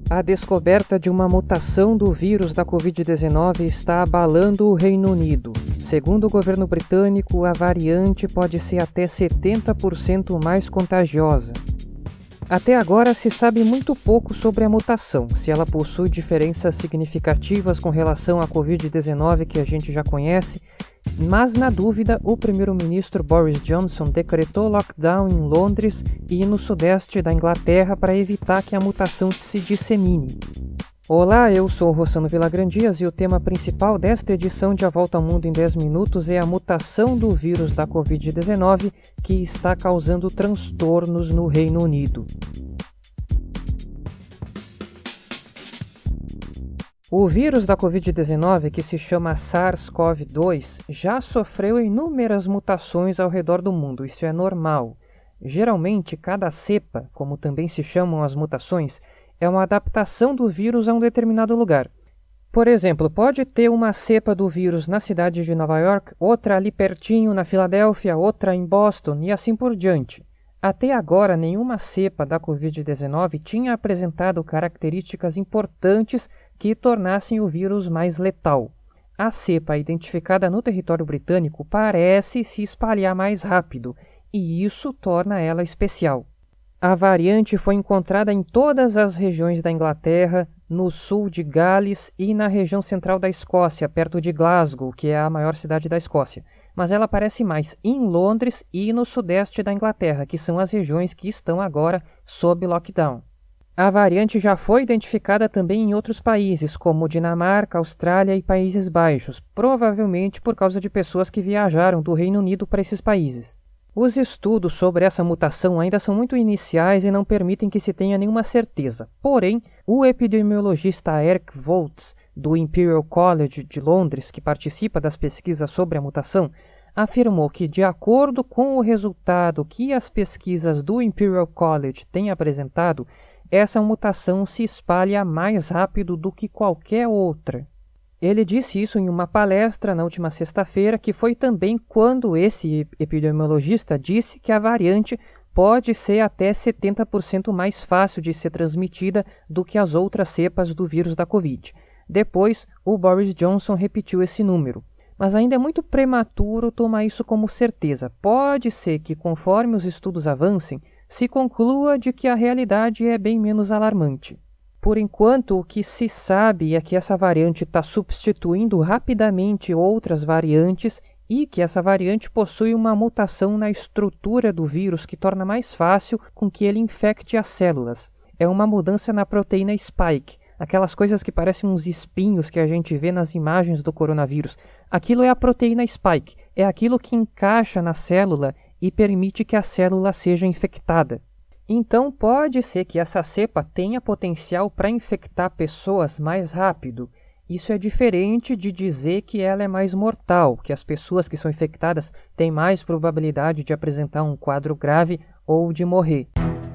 A descoberta de uma mutação do vírus da Covid-19 está abalando o Reino Unido. Segundo o governo britânico, a variante pode ser até 70% mais contagiosa. Até agora se sabe muito pouco sobre a mutação, se ela possui diferenças significativas com relação à Covid-19 que a gente já conhece, mas na dúvida o primeiro-ministro Boris Johnson decretou lockdown em Londres e no sudeste da Inglaterra para evitar que a mutação se dissemine. Olá, eu sou Rossano Villagrandias e o tema principal desta edição de A Volta ao Mundo em 10 Minutos é a mutação do vírus da Covid-19 que está causando transtornos no Reino Unido. O vírus da Covid-19, que se chama SARS-CoV-2, já sofreu inúmeras mutações ao redor do mundo, isso é normal. Geralmente, cada cepa, como também se chamam as mutações, é uma adaptação do vírus a um determinado lugar. Por exemplo, pode ter uma cepa do vírus na cidade de Nova York, outra ali pertinho na Filadélfia, outra em Boston e assim por diante. Até agora, nenhuma cepa da Covid-19 tinha apresentado características importantes que tornassem o vírus mais letal. A cepa identificada no território britânico parece se espalhar mais rápido, e isso torna ela especial. A variante foi encontrada em todas as regiões da Inglaterra, no sul de Gales e na região central da Escócia, perto de Glasgow, que é a maior cidade da Escócia. Mas ela aparece mais em Londres e no sudeste da Inglaterra, que são as regiões que estão agora sob lockdown. A variante já foi identificada também em outros países, como Dinamarca, Austrália e Países Baixos, provavelmente por causa de pessoas que viajaram do Reino Unido para esses países. Os estudos sobre essa mutação ainda são muito iniciais e não permitem que se tenha nenhuma certeza. Porém, o epidemiologista Eric Voltz, do Imperial College de Londres, que participa das pesquisas sobre a mutação, afirmou que, de acordo com o resultado que as pesquisas do Imperial College têm apresentado, essa mutação se espalha mais rápido do que qualquer outra. Ele disse isso em uma palestra na última sexta-feira, que foi também quando esse epidemiologista disse que a variante pode ser até 70% mais fácil de ser transmitida do que as outras cepas do vírus da Covid. Depois, o Boris Johnson repetiu esse número. Mas ainda é muito prematuro tomar isso como certeza. Pode ser que, conforme os estudos avancem, se conclua de que a realidade é bem menos alarmante. Por enquanto, o que se sabe é que essa variante está substituindo rapidamente outras variantes e que essa variante possui uma mutação na estrutura do vírus que torna mais fácil com que ele infecte as células. É uma mudança na proteína spike, aquelas coisas que parecem uns espinhos que a gente vê nas imagens do coronavírus. Aquilo é a proteína spike, é aquilo que encaixa na célula e permite que a célula seja infectada. Então pode ser que essa cepa tenha potencial para infectar pessoas mais rápido. Isso é diferente de dizer que ela é mais mortal, que as pessoas que são infectadas têm mais probabilidade de apresentar um quadro grave ou de morrer.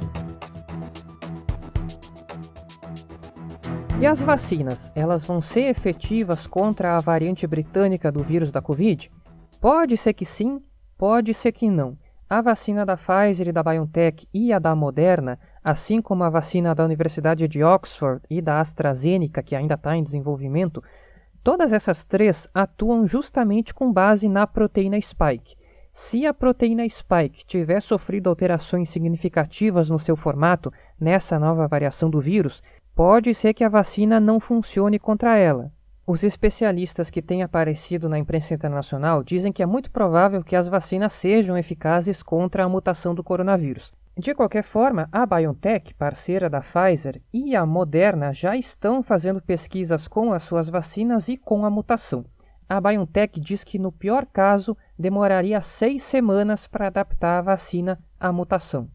E as vacinas, elas vão ser efetivas contra a variante britânica do vírus da Covid? Pode ser que sim, pode ser que não. A vacina da Pfizer e da BioNTech e a da Moderna, assim como a vacina da Universidade de Oxford e da AstraZeneca, que ainda está em desenvolvimento, todas essas três atuam justamente com base na proteína spike. Se a proteína spike tiver sofrido alterações significativas no seu formato, nessa nova variação do vírus, pode ser que a vacina não funcione contra ela. Os especialistas que têm aparecido na imprensa internacional dizem que é muito provável que as vacinas sejam eficazes contra a mutação do coronavírus. De qualquer forma, a BioNTech, parceira da Pfizer, e a Moderna já estão fazendo pesquisas com as suas vacinas e com a mutação. A BioNTech diz que, no pior caso, demoraria 6 semanas para adaptar a vacina à mutação.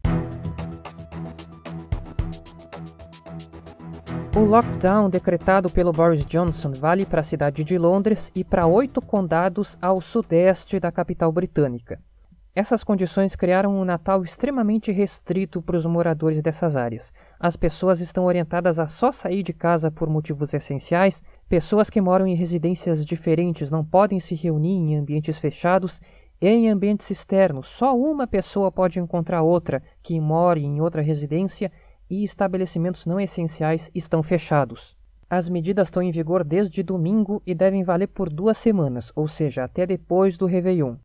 O lockdown decretado pelo Boris Johnson vale para a cidade de Londres e para 8 condados ao sudeste da capital britânica. Essas condições criaram um Natal extremamente restrito para os moradores dessas áreas. As pessoas estão orientadas a só sair de casa por motivos essenciais, pessoas que moram em residências diferentes não podem se reunir em ambientes fechados e em ambientes externos. Só uma pessoa pode encontrar outra que mora em outra residência e estabelecimentos não essenciais estão fechados. As medidas estão em vigor desde domingo e devem valer por 2 semanas, ou seja, até depois do Réveillon.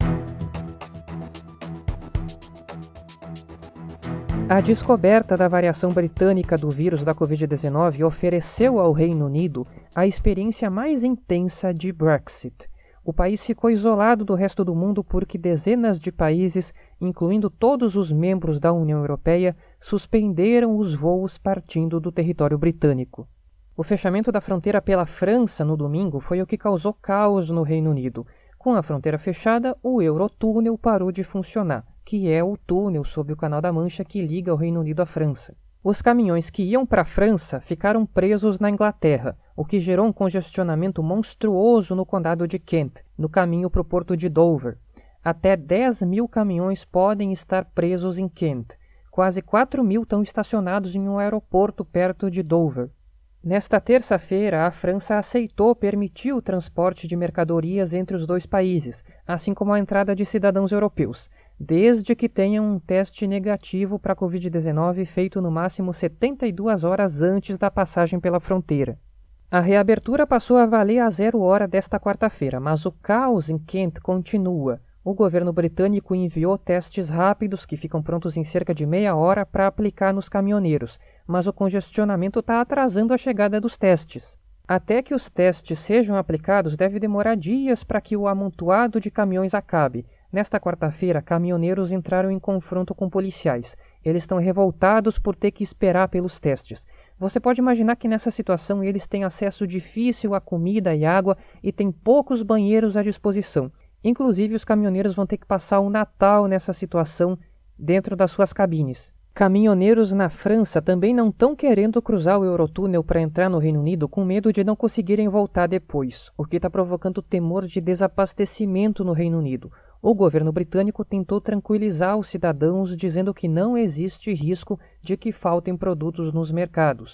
A descoberta da variação britânica do vírus da Covid-19 ofereceu ao Reino Unido a experiência mais intensa de Brexit. O país ficou isolado do resto do mundo porque dezenas de países, incluindo todos os membros da União Europeia, suspenderam os voos partindo do território britânico. O fechamento da fronteira pela França no domingo foi o que causou caos no Reino Unido. Com a fronteira fechada, o Eurotúnel parou de funcionar, que é o túnel sob o Canal da Mancha que liga o Reino Unido à França. Os caminhões que iam para a França ficaram presos na Inglaterra, o que gerou um congestionamento monstruoso no condado de Kent, no caminho para o porto de Dover. Até 10.000 caminhões podem estar presos em Kent. Quase 4.000 estão estacionados em um aeroporto perto de Dover. Nesta terça-feira, a França aceitou permitir o transporte de mercadorias entre os dois países, assim como a entrada de cidadãos europeus, desde que tenham um teste negativo para a Covid-19 feito no máximo 72 horas antes da passagem pela fronteira. A reabertura passou a valer a 0 hora desta quarta-feira, mas o caos em Kent continua. O governo britânico enviou testes rápidos que ficam prontos em cerca de meia hora para aplicar nos caminhoneiros, mas o congestionamento está atrasando a chegada dos testes. Até que os testes sejam aplicados, deve demorar dias para que o amontoado de caminhões acabe. Nesta quarta-feira, caminhoneiros entraram em confronto com policiais. Eles estão revoltados por ter que esperar pelos testes. Você pode imaginar que nessa situação eles têm acesso difícil a comida e água e têm poucos banheiros à disposição. Inclusive, os caminhoneiros vão ter que passar o Natal nessa situação dentro das suas cabines. Caminhoneiros na França também não estão querendo cruzar o Eurotúnel para entrar no Reino Unido com medo de não conseguirem voltar depois, o que está provocando temor de desabastecimento no Reino Unido. O governo britânico tentou tranquilizar os cidadãos dizendo que não existe risco de que faltem produtos nos mercados.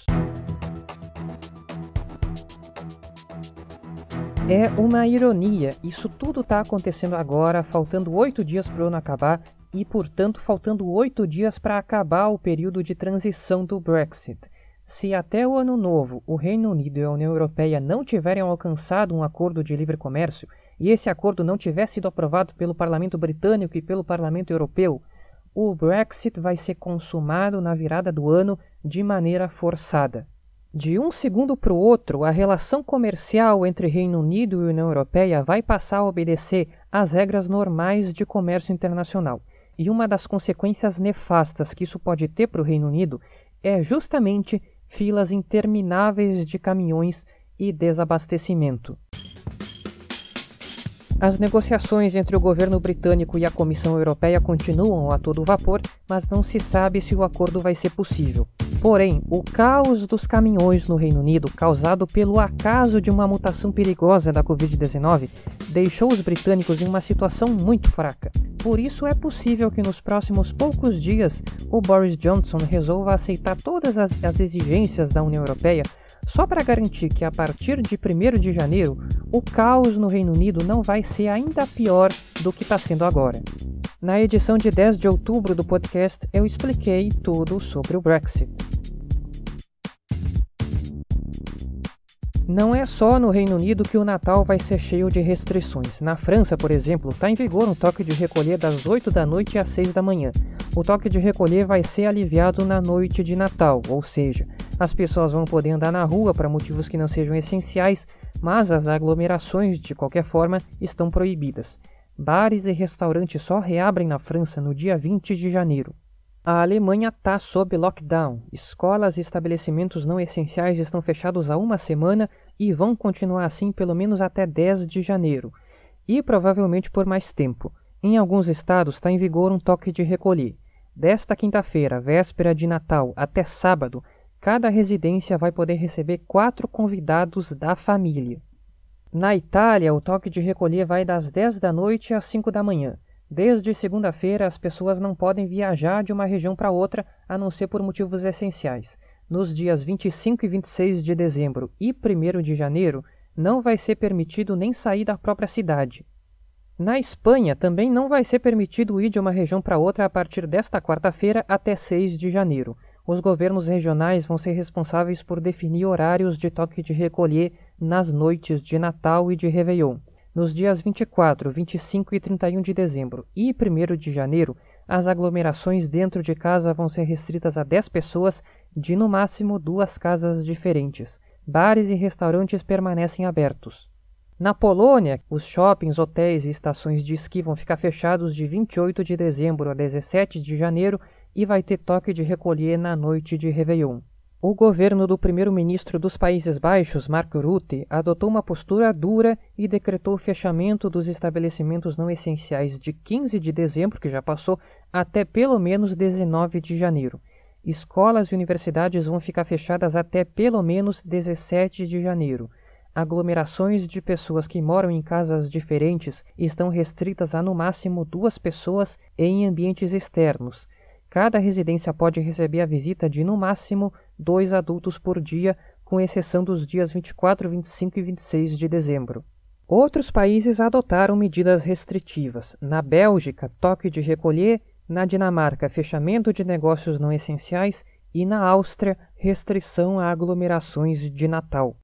É uma ironia, isso tudo está acontecendo agora, faltando 8 dias para o ano acabar e, portanto, faltando 8 dias para acabar o período de transição do Brexit. Se até o ano novo o Reino Unido e a União Europeia não tiverem alcançado um acordo de livre comércio e esse acordo não tiver sido aprovado pelo Parlamento Britânico e pelo Parlamento Europeu, o Brexit vai ser consumado na virada do ano de maneira forçada. De um segundo para o outro, a relação comercial entre Reino Unido e União Europeia vai passar a obedecer às regras normais de comércio internacional. E uma das consequências nefastas que isso pode ter para o Reino Unido é justamente filas intermináveis de caminhões e desabastecimento. As negociações entre o governo britânico e a Comissão Europeia continuam a todo vapor, mas não se sabe se o acordo vai ser possível. Porém, o caos dos caminhões no Reino Unido, causado pelo acaso de uma mutação perigosa da Covid-19, deixou os britânicos em uma situação muito fraca. Por isso é possível que nos próximos poucos dias o Boris Johnson resolva aceitar todas as exigências da União Europeia só para garantir que a partir de 1º de janeiro o caos no Reino Unido não vai ser ainda pior do que está sendo agora. Na edição de 10 de outubro do podcast eu expliquei tudo sobre o Brexit. Não é só no Reino Unido que o Natal vai ser cheio de restrições. Na França, por exemplo, está em vigor um toque de recolher das 8 da noite às 6 da manhã. O toque de recolher vai ser aliviado na noite de Natal, ou seja, as pessoas vão poder andar na rua para motivos que não sejam essenciais, mas as aglomerações, de qualquer forma, estão proibidas. Bares e restaurantes só reabrem na França no dia 20 de janeiro. A Alemanha está sob lockdown. Escolas e estabelecimentos não essenciais estão fechados há uma semana e vão continuar assim pelo menos até 10 de janeiro. E provavelmente por mais tempo. Em alguns estados está em vigor um toque de recolher. Desta quinta-feira, véspera de Natal, até sábado, cada residência vai poder receber 4 convidados da família. Na Itália, o toque de recolher vai das 10 da noite às 5 da manhã. Desde segunda-feira, as pessoas não podem viajar de uma região para outra, a não ser por motivos essenciais. Nos dias 25 e 26 de dezembro e 1º de janeiro, não vai ser permitido nem sair da própria cidade. Na Espanha, também não vai ser permitido ir de uma região para outra a partir desta quarta-feira até 6 de janeiro. os governos regionais vão ser responsáveis por definir horários de toque de recolher nas noites de Natal e de Réveillon. Nos dias 24, 25 e 31 de dezembro e 1º de janeiro, as aglomerações dentro de casa vão ser restritas a 10 pessoas de no máximo 2 casas diferentes. Bares e restaurantes permanecem abertos. Na Polônia, os shoppings, hotéis e estações de esqui vão ficar fechados de 28 de dezembro a 17 de janeiro e vai ter toque de recolher na noite de Réveillon. O governo do primeiro-ministro dos Países Baixos, Mark Rutte, adotou uma postura dura e decretou o fechamento dos estabelecimentos não essenciais de 15 de dezembro, que já passou, até pelo menos 19 de janeiro. Escolas e universidades vão ficar fechadas até pelo menos 17 de janeiro. Aglomerações de pessoas que moram em casas diferentes estão restritas a no máximo 2 pessoas em ambientes externos. Cada residência pode receber a visita de no máximo 2 adultos por dia, com exceção dos dias 24, 25 e 26 de dezembro. Outros países adotaram medidas restritivas. Na Bélgica, toque de recolher; na Dinamarca, fechamento de negócios não essenciais; e na Áustria, restrição a aglomerações de Natal.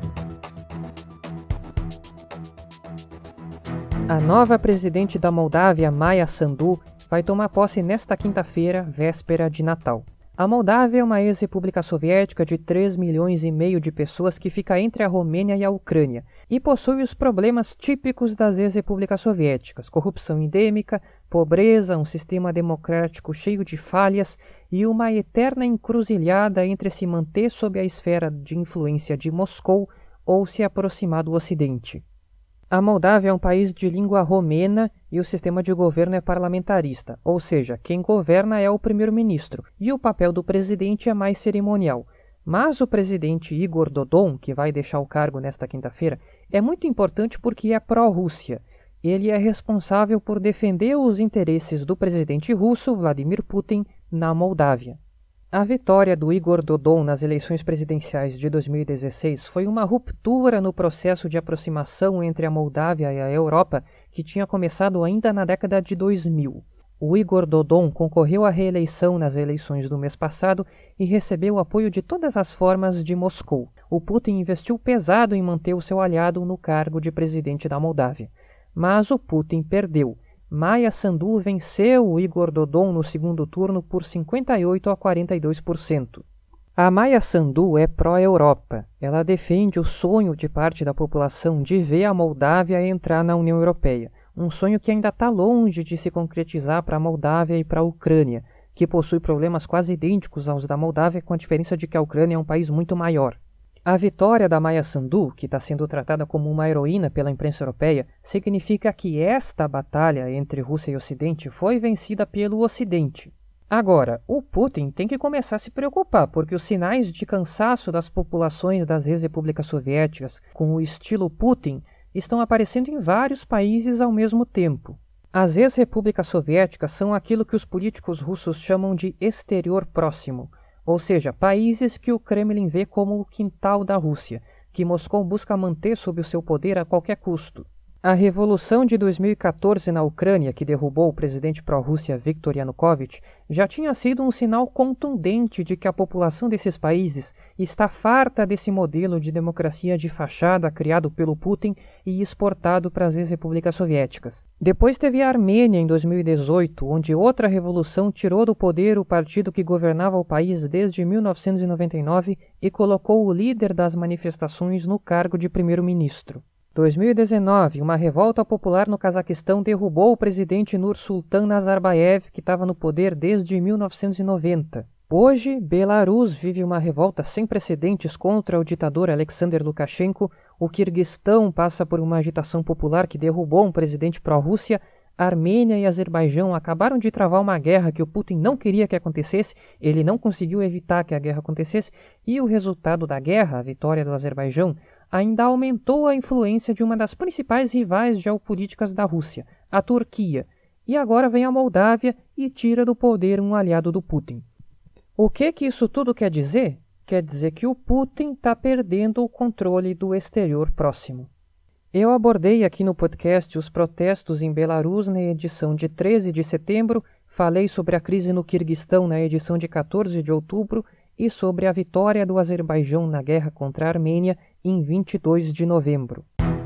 A nova presidente da Moldávia, Maia Sandu, vai tomar posse nesta quinta-feira, véspera de Natal. A Moldávia é uma ex-república soviética de 3,5 milhões de pessoas que fica entre a Romênia e a Ucrânia e possui os problemas típicos das ex-repúblicas soviéticas: corrupção endêmica, pobreza, um sistema democrático cheio de falhas e uma eterna encruzilhada entre se manter sob a esfera de influência de Moscou ou se aproximar do Ocidente. A Moldávia é um país de língua romena e o sistema de governo é parlamentarista, ou seja, quem governa é o primeiro-ministro e o papel do presidente é mais cerimonial. Mas o presidente Igor Dodon, que vai deixar o cargo nesta quinta-feira, é muito importante porque é pró-Rússia. Ele é responsável por defender os interesses do presidente russo, Vladimir Putin, na Moldávia. A vitória do Igor Dodon nas eleições presidenciais de 2016 foi uma ruptura no processo de aproximação entre a Moldávia e a Europa, que tinha começado ainda na década de 2000. O Igor Dodon concorreu à reeleição nas eleições do mês passado e recebeu o apoio de todas as formas de Moscou. O Putin investiu pesado em manter o seu aliado no cargo de presidente da Moldávia. Mas o Putin perdeu. Maia Sandu venceu o Igor Dodon no segundo turno por 58% a 42%. A Maia Sandu é pró-Europa. Ela defende o sonho de parte da população de ver a Moldávia entrar na União Europeia, um sonho que ainda está longe de se concretizar para a Moldávia e para a Ucrânia, que possui problemas quase idênticos aos da Moldávia, com a diferença de que a Ucrânia é um país muito maior. A vitória da Maia Sandu, que está sendo tratada como uma heroína pela imprensa europeia, significa que esta batalha entre Rússia e Ocidente foi vencida pelo Ocidente. Agora, o Putin tem que começar a se preocupar, porque os sinais de cansaço das populações das ex-repúblicas soviéticas com o estilo Putin estão aparecendo em vários países ao mesmo tempo. As ex-repúblicas soviéticas são aquilo que os políticos russos chamam de exterior próximo, ou seja, países que o Kremlin vê como o quintal da Rússia, que Moscou busca manter sob o seu poder a qualquer custo. A revolução de 2014 na Ucrânia, que derrubou o presidente pró-Rússia Viktor Yanukovych, já tinha sido um sinal contundente de que a população desses países está farta desse modelo de democracia de fachada criado pelo Putin e exportado para as ex-repúblicas soviéticas. Depois teve a Armênia em 2018, onde outra revolução tirou do poder o partido que governava o país desde 1999 e colocou o líder das manifestações no cargo de primeiro-ministro. 2019, uma revolta popular no Cazaquistão derrubou o presidente Nursultan Nazarbayev, que estava no poder desde 1990. Hoje, Belarus vive uma revolta sem precedentes contra o ditador Alexander Lukashenko, o Quirguistão passa por uma agitação popular que derrubou um presidente pró-Rússia, Armênia e Azerbaijão acabaram de travar uma guerra que o Putin não queria que acontecesse, ele não conseguiu evitar que a guerra acontecesse, e o resultado da guerra, a vitória do Azerbaijão, ainda aumentou a influência de uma das principais rivais geopolíticas da Rússia, a Turquia, e agora vem a Moldávia e tira do poder um aliado do Putin. O que isso tudo quer dizer? Quer dizer que o Putin está perdendo o controle do exterior próximo. Eu abordei aqui no podcast os protestos em Belarus na edição de 13 de setembro, Falei sobre a crise no Quirguistão na edição de 14 de outubro e sobre a vitória do Azerbaijão na guerra contra a Armênia em 22 de novembro.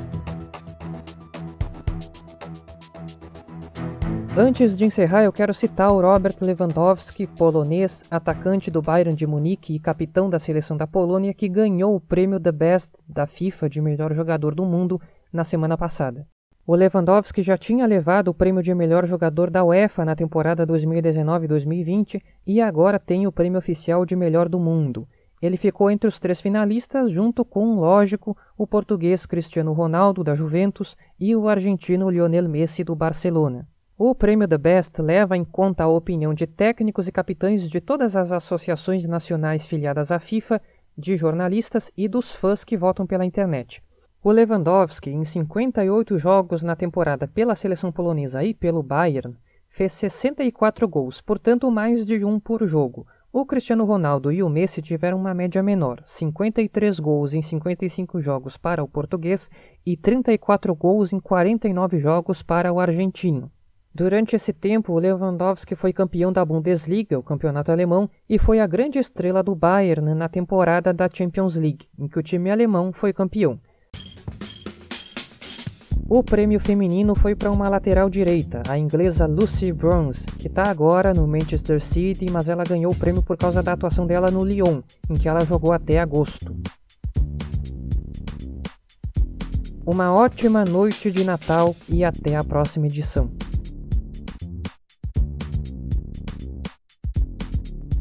Antes de encerrar, eu quero citar o Robert Lewandowski, polonês, atacante do Bayern de Munique e capitão da seleção da Polônia, que ganhou o prêmio The Best da FIFA de melhor jogador do mundo na semana passada. O Lewandowski já tinha levado o prêmio de melhor jogador da UEFA na temporada 2019-2020 e agora tem o prêmio oficial de melhor do mundo. Ele ficou entre os 3 finalistas, junto com, lógico, o português Cristiano Ronaldo, da Juventus, e o argentino Lionel Messi, do Barcelona. O prêmio The Best leva em conta a opinião de técnicos e capitães de todas as associações nacionais filiadas à FIFA, de jornalistas e dos fãs que votam pela internet. O Lewandowski, em 58 jogos na temporada pela seleção polonesa e pelo Bayern, fez 64 gols, portanto mais de um por jogo. O Cristiano Ronaldo e o Messi tiveram uma média menor, 53 gols em 55 jogos para o português e 34 gols em 49 jogos para o argentino. Durante esse tempo, o Lewandowski foi campeão da Bundesliga, o campeonato alemão, e foi a grande estrela do Bayern na temporada da Champions League, em que o time alemão foi campeão. O prêmio feminino foi para uma lateral direita, a inglesa Lucy Bronze, que está agora no Manchester City, mas ela ganhou o prêmio por causa da atuação dela no Lyon, em que ela jogou até agosto. Uma ótima noite de Natal e até a próxima edição.